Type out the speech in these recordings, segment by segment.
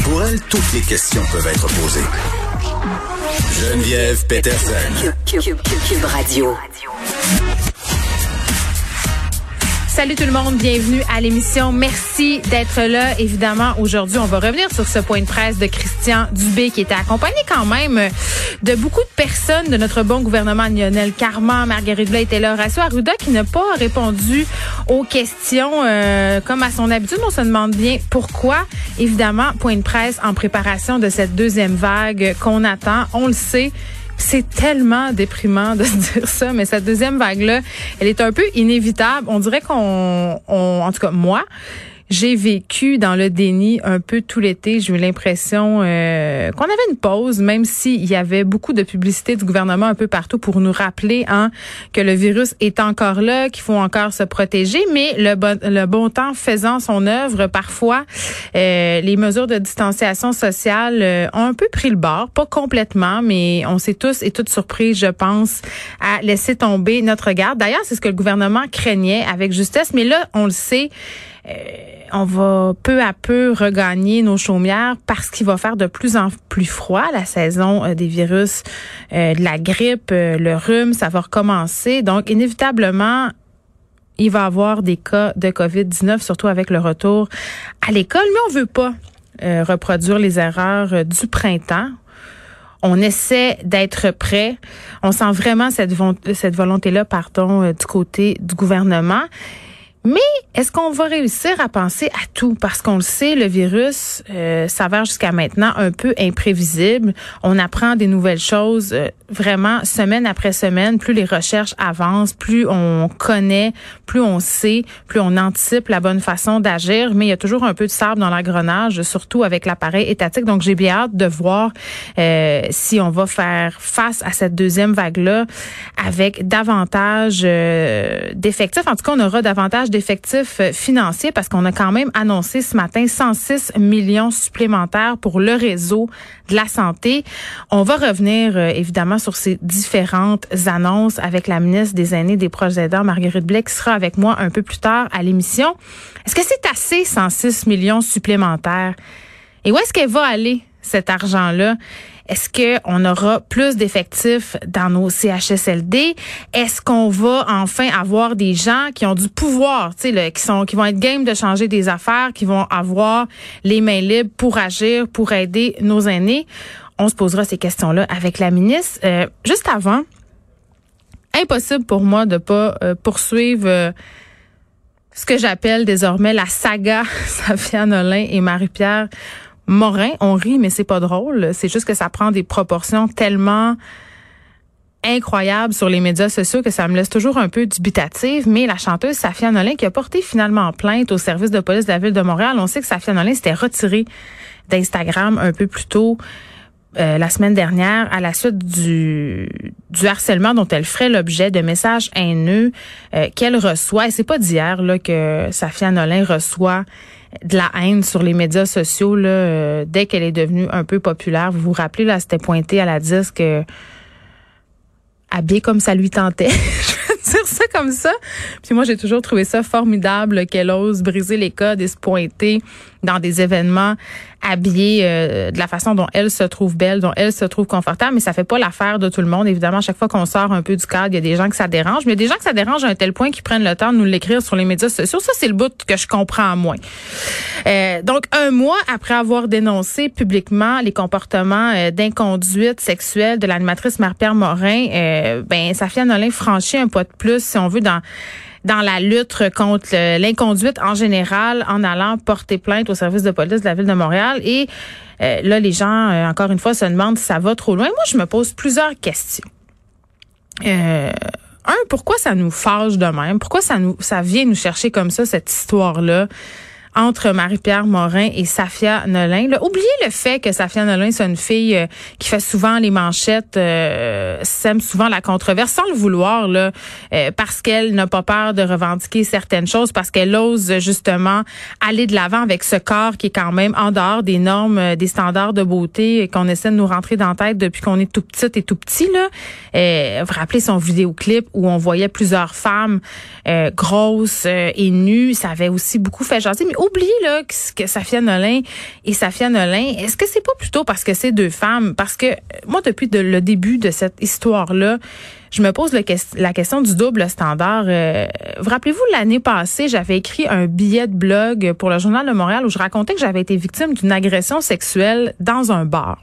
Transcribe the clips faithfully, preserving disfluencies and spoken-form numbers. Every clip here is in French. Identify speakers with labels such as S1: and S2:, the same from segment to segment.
S1: Pour elle, toutes les questions peuvent être posées. Geneviève Peterson.
S2: Cube, Cube, Cube, Cube Radio.
S3: Salut tout le monde, bienvenue à l'émission. Merci d'être là. Évidemment, aujourd'hui, on va revenir sur ce point de presse de Christian Dubé qui était accompagné quand même de beaucoup de personnes de notre bon gouvernement. Lionel Carman, Marguerite Blais était là, Horacio Arruda qui n'a pas répondu aux questions euh, comme à son habitude. On se demande bien pourquoi. Évidemment, point de presse en préparation de cette deuxième vague qu'on attend. On le sait. C'est tellement déprimant de se dire ça, mais cette deuxième vague-là, elle est un peu inévitable. On dirait qu'on, on, en tout cas moi, j'ai vécu dans le déni un peu tout l'été. J'ai eu l'impression euh, qu'on avait une pause, même s'il y avait beaucoup de publicité du gouvernement un peu partout pour nous rappeler hein, que le virus est encore là, qu'il faut encore se protéger. Mais le bon, le bon temps faisant son œuvre, parfois, euh, les mesures de distanciation sociale euh, ont un peu pris le bord. Pas complètement, mais on s'est tous et toutes surpris, je pense, à laisser tomber notre garde. D'ailleurs, c'est ce que le gouvernement craignait avec justesse. Mais là, on le sait, Euh, on va peu à peu regagner nos chaumières parce qu'il va faire de plus en plus froid. La saison euh, des virus, euh, de la grippe, euh, le rhume, ça va recommencer. Donc, inévitablement, il va y avoir des cas de covid dix-neuf, surtout avec le retour à l'école. Mais on veut pas euh, reproduire les erreurs euh, du printemps. On essaie d'être prêt. On sent vraiment cette, vo- cette volonté-là, pardon, euh, du côté du gouvernement. Mais est-ce qu'on va réussir à penser à tout? Parce qu'on le sait, le virus euh, s'avère jusqu'à maintenant un peu imprévisible. On apprend des nouvelles choses euh, vraiment semaine après semaine. Plus les recherches avancent, plus on connaît, plus on sait, plus on anticipe la bonne façon d'agir. Mais il y a toujours un peu de sable dans l'engrenage, surtout avec l'appareil étatique. Donc, j'ai bien hâte de voir euh, si on va faire face à cette deuxième vague-là avec davantage euh, d'effectifs. En tout cas, on aura davantage d'effectifs financiers parce qu'on a quand même annoncé ce matin cent six millions supplémentaires pour le réseau de la santé. On va revenir euh, évidemment sur ces différentes annonces avec la ministre des Aînés, des Proches aidants, Marguerite Blais, qui sera avec moi un peu plus tard à l'émission. Est-ce que c'est assez cent six millions supplémentaires? Et où est-ce qu'elle va aller, cet argent-là? Est-ce qu'on aura plus d'effectifs dans nos C H S L D? Est-ce qu'on va enfin avoir des gens qui ont du pouvoir, tu sais, là, qui sont, qui vont être game de changer des affaires, qui vont avoir les mains libres pour agir, pour aider nos aînés? On se posera ces questions-là avec la ministre. Euh, juste avant, impossible pour moi de pas euh, poursuivre euh, ce que j'appelle désormais la saga Safia Nolin et Marie-Pierre Morin. On rit, mais c'est pas drôle. C'est juste que ça prend des proportions tellement incroyables sur les médias sociaux que ça me laisse toujours un peu dubitative. Mais la chanteuse Safia Nolin qui a porté finalement plainte au service de police de la Ville de Montréal. On sait que Safia Nolin s'était retirée d'Instagram un peu plus tôt euh, la semaine dernière à la suite du du harcèlement dont elle ferait l'objet de messages haineux euh, qu'elle reçoit. Et c'est pas d'hier là que Safia Nolin reçoit de la haine sur les médias sociaux là, euh, dès qu'elle est devenue un peu populaire. Vous vous rappelez, là, c'était pointé à la disque euh, habillée comme ça lui tentait. Je vais dire ça comme ça. Puis moi, j'ai toujours trouvé ça formidable qu'elle ose briser les codes et se pointer dans des événements habillée euh, de la façon dont elle se trouve belle, dont elle se trouve confortable, mais ça fait pas l'affaire de tout le monde. Évidemment, chaque fois qu'on sort un peu du cadre, il y a des gens que ça dérange, mais il y a des gens que ça dérange à un tel point qu'ils prennent le temps de nous l'écrire sur les médias sociaux. Ça, c'est le bout que je comprends moins. Euh, donc, un mois après avoir dénoncé publiquement les comportements euh, d'inconduite sexuelle de l'animatrice Marie-Pierre Morin, euh, ben Safia Nolin franchit un pas de plus, si on veut, dans dans la lutte contre l'inconduite en général en allant porter plainte au service de police de la Ville de Montréal. Et euh, là, les gens, euh, encore une fois, se demandent si ça va trop loin. Moi, je me pose plusieurs questions. Euh, un, pourquoi ça nous fâche de même? Pourquoi ça nous ça vient nous chercher comme ça, cette histoire-là entre Marie-Pierre Morin et Safia Nolin? Là, oubliez le fait que Safia Nolin, c'est une fille euh, qui fait souvent les manchettes, euh, sème souvent la controverse, sans le vouloir, là, euh, parce qu'elle n'a pas peur de revendiquer certaines choses, parce qu'elle ose justement aller de l'avant avec ce corps qui est quand même en dehors des normes, euh, des standards de beauté qu'on essaie de nous rentrer dans la tête depuis qu'on est tout petite et tout petit. Là. Euh, vous vous rappelez son vidéoclip où on voyait plusieurs femmes euh, grosses euh, et nues, ça avait aussi beaucoup fait jaser. Mais oubliez là que, que Safia Nolin et Safia Nolin, est-ce que c'est pas plutôt parce que c'est deux femmes? Parce que moi, depuis de, le début de cette histoire-là, je me pose le, la question du double standard. Euh, vous rappelez-vous, l'année passée, j'avais écrit un billet de blog pour le Journal de Montréal où je racontais que j'avais été victime d'une agression sexuelle dans un bar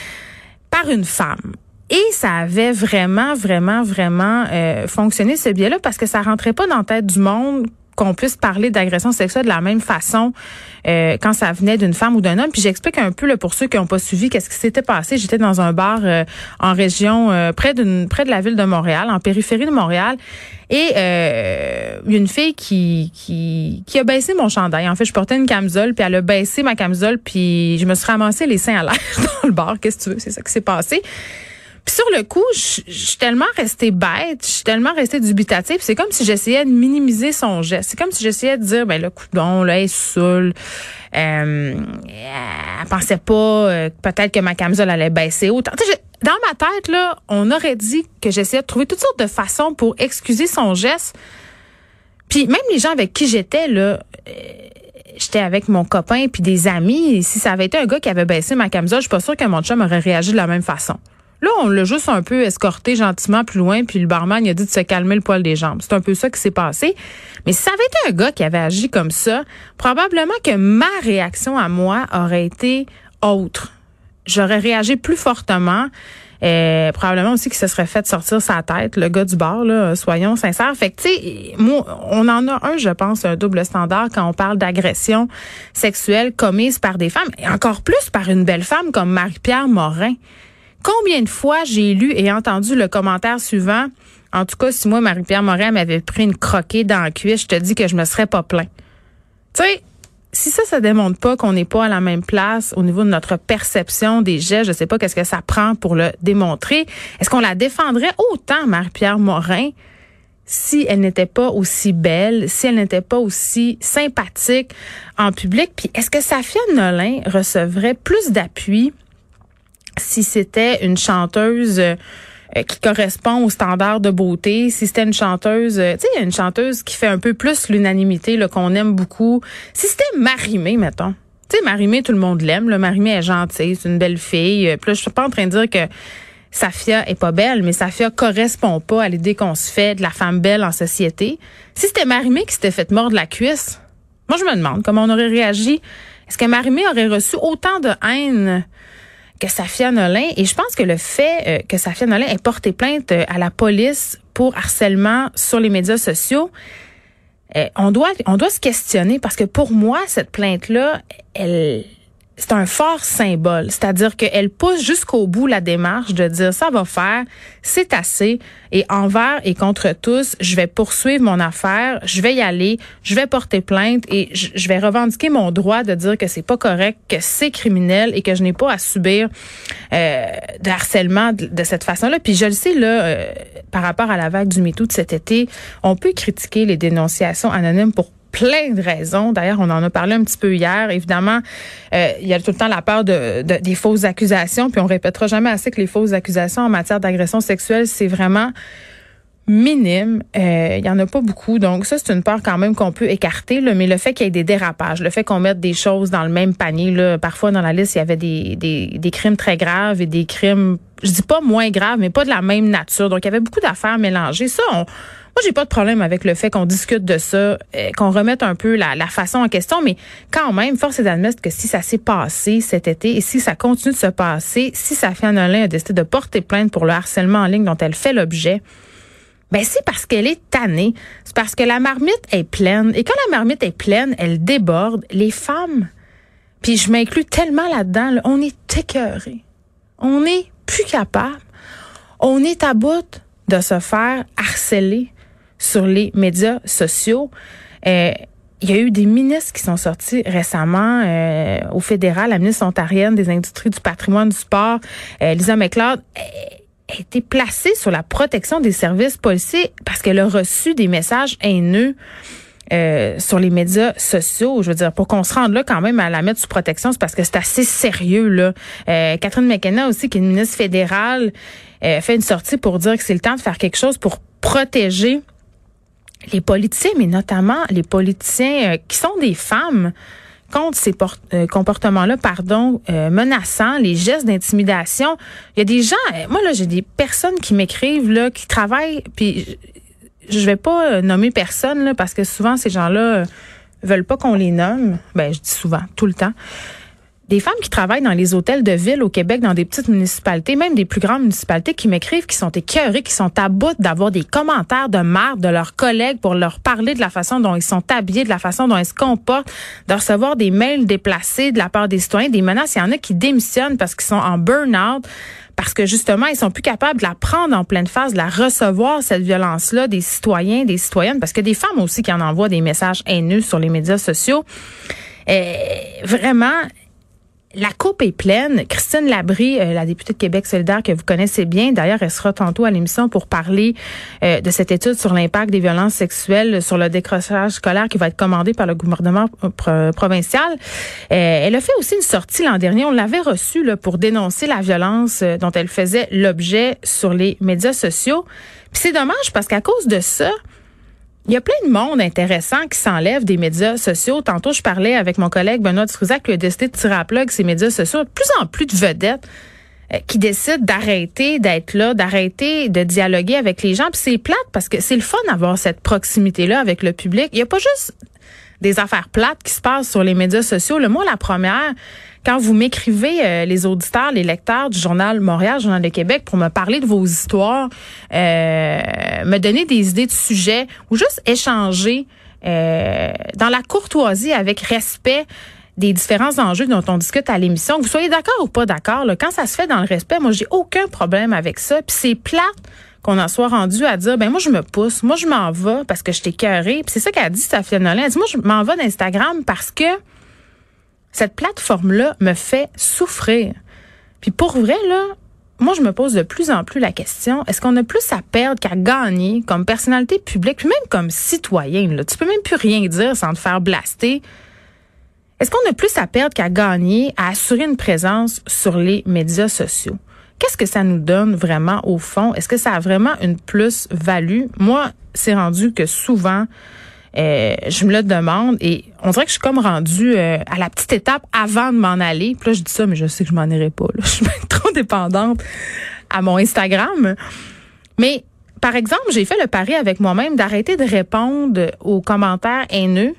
S3: par une femme. Et ça avait vraiment, vraiment, vraiment euh, fonctionné, ce billet-là, parce que ça rentrait pas dans la tête du monde qu'on puisse parler d'agression sexuelle de la même façon euh, quand ça venait d'une femme ou d'un homme. Puis j'explique un peu là, pour ceux qui n'ont pas suivi qu'est-ce qui s'était passé. J'étais dans un bar euh, en région euh, près d'une près de la ville de Montréal, en périphérie de Montréal. Et euh, une fille qui qui qui a baissé mon chandail. En fait, je portais une camisole, puis elle a baissé ma camisole, puis je me suis ramassée les seins à l'air dans le bar. Qu'est-ce que tu veux? C'est ça qui s'est passé. Puis sur le coup, je suis tellement restée bête, je suis tellement restée dubitative. C'est comme si j'essayais de minimiser son geste. C'est comme si j'essayais de dire, ben là, coudonc, là, elle est saoule. Euh, elle pensait pas euh, peut-être que ma camisole allait baisser autant. Tu sais, dans ma tête, là, on aurait dit que j'essayais de trouver toutes sortes de façons pour excuser son geste. Puis même les gens avec qui j'étais, là... Euh, j'étais avec mon copain puis des amis. Et si ça avait été un gars qui avait baissé ma camisole, je suis pas sûre que mon chum aurait réagi de la même façon. Là, on l'a juste un peu escorté gentiment plus loin, puis le barman il a dit de se calmer le poil des jambes. C'est un peu ça qui s'est passé. Mais si ça avait été un gars qui avait agi comme ça, probablement que ma réaction à moi aurait été autre. J'aurais réagi plus fortement. Euh, probablement aussi qu'il se serait fait sortir sa tête, le gars du bar, là, soyons sincères. Fait que, tu sais, moi, on en a un, je pense, un double standard quand on parle d'agression sexuelle commise par des femmes, et encore plus par une belle femme comme Marie-Pierre Morin. Combien de fois j'ai lu et entendu le commentaire suivant, en tout cas, si moi, Marie-Pierre Morin m'avait pris une croquée dans la cuisse, je te dis que je me serais pas plaint. Tu sais, si ça, ça démontre pas qu'on n'est pas à la même place au niveau de notre perception des gestes, je sais pas qu'est-ce que ça prend pour le démontrer. Est-ce qu'on la défendrait autant, Marie-Pierre Morin, si elle n'était pas aussi belle, si elle n'était pas aussi sympathique en public? Puis est-ce que Safia Nolin recevrait plus d'appui si c'était une chanteuse euh, qui correspond aux standards de beauté, si c'était une chanteuse, euh, tu sais, une chanteuse qui fait un peu plus l'unanimité, là, qu'on aime beaucoup. Si c'était Marie-Mé, mettons. Tu sais, Marie-Mé, tout le monde l'aime. Là. Marie-Mé est gentille, c'est une belle fille. Puis là, je suis pas en train de dire que Safia est pas belle, mais Safia correspond pas à l'idée qu'on se fait de la femme belle en société. Si c'était Marie-Mé qui s'était fait mordre la cuisse, moi, je me demande comment on aurait réagi. Est-ce que Marie-Mé aurait reçu autant de haine que Safia Nolin? Et je pense que le fait euh, que Safia Nolin ait porté plainte euh, à la police pour harcèlement sur les médias sociaux, euh, on doit on doit se questionner, parce que pour moi, cette plainte-là, elle c'est un fort symbole. C'est-à-dire qu'elle pousse jusqu'au bout la démarche de dire ça va faire, c'est assez, et envers et contre tous, je vais poursuivre mon affaire, je vais y aller, je vais porter plainte et je, je vais revendiquer mon droit de dire que c'est pas correct, que c'est criminel et que je n'ai pas à subir euh, de harcèlement de, de cette façon-là. Puis je le sais, là, euh, par rapport à la vague du MeToo de cet été, on peut critiquer les dénonciations anonymes pour plein de raisons. D'ailleurs, on en a parlé un petit peu hier. Évidemment, euh, il y a tout le temps la peur de, de des fausses accusations, puis on répétera jamais assez que les fausses accusations en matière d'agression sexuelle, c'est vraiment minime. Euh, il y en a pas beaucoup. Donc ça, c'est une peur quand même qu'on peut écarter, là, mais le fait qu'il y ait des dérapages, le fait qu'on mette des choses dans le même panier, là, parfois dans la liste, il y avait des, des, des crimes très graves et des crimes, je dis pas moins graves, mais pas de la même nature. Donc il y avait beaucoup d'affaires mélangées. Ça, on Moi, j'ai pas de problème avec le fait qu'on discute de ça, euh, qu'on remette un peu la, la façon en question, mais quand même, force est d'admettre que si ça s'est passé cet été et si ça continue de se passer, si Safia Nolin a décidé de porter plainte pour le harcèlement en ligne dont elle fait l'objet, ben c'est parce qu'elle est tannée. C'est parce que la marmite est pleine. Et quand la marmite est pleine, elle déborde. Les femmes, puis je m'inclus tellement là-dedans, là, on est écœurés. On est plus capable. On est à bout de se faire harceler sur les médias sociaux. Euh, il y a eu des ministres qui sont sortis récemment euh, au fédéral, la ministre ontarienne des Industries, du patrimoine, du sport, euh, Lisa McLeod, a été placée sur la protection des services policiers parce qu'elle a reçu des messages haineux euh, sur les médias sociaux. Je veux dire, pour qu'on se rende là quand même à la mettre sous protection, c'est parce que c'est assez sérieux, là. Euh, Catherine McKenna aussi, qui est une ministre fédérale, euh, fait une sortie pour dire que c'est le temps de faire quelque chose pour protéger les politiciens, mais notamment les politiciens euh, qui sont des femmes, contre ces por- euh, comportements-là, pardon, euh, menaçants, les gestes d'intimidation. Il y a des gens, euh, moi là, j'ai des personnes qui m'écrivent là, qui travaillent, puis je, je vais pas euh, nommer personne là, parce que souvent ces gens-là euh, veulent pas qu'on les nomme. Ben, je dis souvent, tout le temps. Des femmes qui travaillent dans les hôtels de ville au Québec, dans des petites municipalités, même des plus grandes municipalités, qui m'écrivent, qui sont écœurées, qui sont à bout d'avoir des commentaires de marde de leurs collègues pour leur parler de la façon dont ils sont habillés, de la façon dont ils se comportent, de recevoir des mails déplacés de la part des citoyens, des menaces. Il y en a qui démissionnent parce qu'ils sont en burn-out, parce que justement, ils sont plus capables de la prendre en pleine face, de la recevoir, cette violence-là, des citoyens, des citoyennes, parce que des femmes aussi qui en envoient des messages haineux sur les médias sociaux. Euh, vraiment... La coupe est pleine. Christine Labrie, euh, la députée de Québec solidaire que vous connaissez bien, d'ailleurs, elle sera tantôt à l'émission pour parler euh, de cette étude sur l'impact des violences sexuelles sur le décrochage scolaire qui va être commandée par le gouvernement pro- provincial. Euh, elle a fait aussi une sortie l'an dernier. On l'avait reçue là, pour dénoncer la violence euh, dont elle faisait l'objet sur les médias sociaux. Puis c'est dommage parce qu'à cause de ça, il y a plein de monde intéressant qui s'enlève des médias sociaux. Tantôt, je parlais avec mon collègue Benoît Dutrisac qui a décidé de tirer à plug ces médias sociaux. De plus en plus de vedettes euh, qui décident d'arrêter d'être là, d'arrêter de dialoguer avec les gens. Puis c'est plate parce que c'est le fun d'avoir cette proximité-là avec le public. Il n'y a pas juste des affaires plates qui se passent sur les médias sociaux. Le moi, la première, quand vous m'écrivez, euh, les auditeurs, les lecteurs du Journal Montréal, Journal de Québec, pour me parler de vos histoires, euh, me donner des idées de sujets ou juste échanger euh, dans la courtoisie, avec respect, des différents enjeux dont on discute à l'émission, que vous soyez d'accord ou pas d'accord, là, quand ça se fait dans le respect, moi, j'ai aucun problème avec ça. Puis c'est plate qu'on en soit rendu à dire, ben moi, je me pousse, moi, je m'en vais parce que je t'ai écœurée. Puis c'est ça qu'a dit Safia Nolin. Elle dit, moi, je m'en vais d'Instagram parce que cette plateforme-là me fait souffrir. Puis pour vrai, là, moi, je me pose de plus en plus la question, est-ce qu'on a plus à perdre qu'à gagner comme personnalité publique, puis même comme citoyen, là? Tu peux même plus rien dire sans te faire blaster. Est-ce qu'on a plus à perdre qu'à gagner à assurer une présence sur les médias sociaux? Qu'est-ce que ça nous donne vraiment au fond? Est-ce que ça a vraiment une plus-value? Moi, c'est rendu que souvent, euh, je me le demande et on dirait que je suis comme rendue euh, à la petite étape avant de m'en aller. Puis là, je dis ça, mais je sais que je m'en irai pas. Là. Je suis même trop dépendante à mon Instagram. Mais, par exemple, j'ai fait le pari avec moi-même d'arrêter de répondre aux commentaires haineux.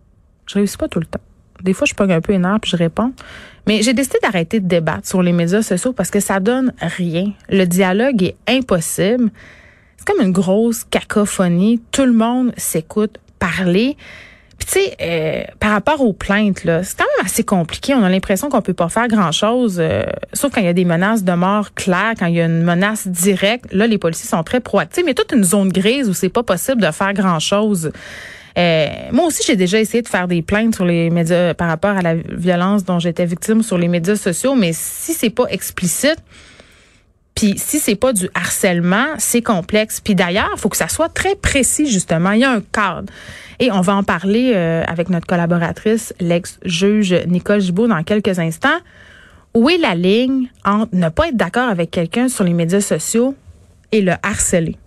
S3: Je réussis pas tout le temps. Des fois, je pogne un peu énerve puis je réponds. Mais j'ai décidé d'arrêter de débattre sur les médias sociaux parce que ça donne rien. Le dialogue est impossible. C'est comme une grosse cacophonie. Tout le monde s'écoute parler. Puis tu sais, euh, par rapport aux plaintes, là, c'est quand même assez compliqué. On a l'impression qu'on peut pas faire grand-chose, euh, sauf quand il y a des menaces de mort claires, quand il y a une menace directe. Là, les policiers sont très proactifs. Mais il y a toute une zone grise où c'est pas possible de faire grand-chose. Euh, moi aussi, j'ai déjà essayé de faire des plaintes sur les médias par rapport à la violence dont j'étais victime sur les médias sociaux, mais si c'est pas explicite, puis si c'est pas du harcèlement, c'est complexe. Puis d'ailleurs, il faut que ça soit très précis, justement. Il y a un cadre. Et on va en parler euh, avec notre collaboratrice, l'ex-juge Nicole Gibault, dans quelques instants. Où est la ligne entre ne pas être d'accord avec quelqu'un sur les médias sociaux et le harceler?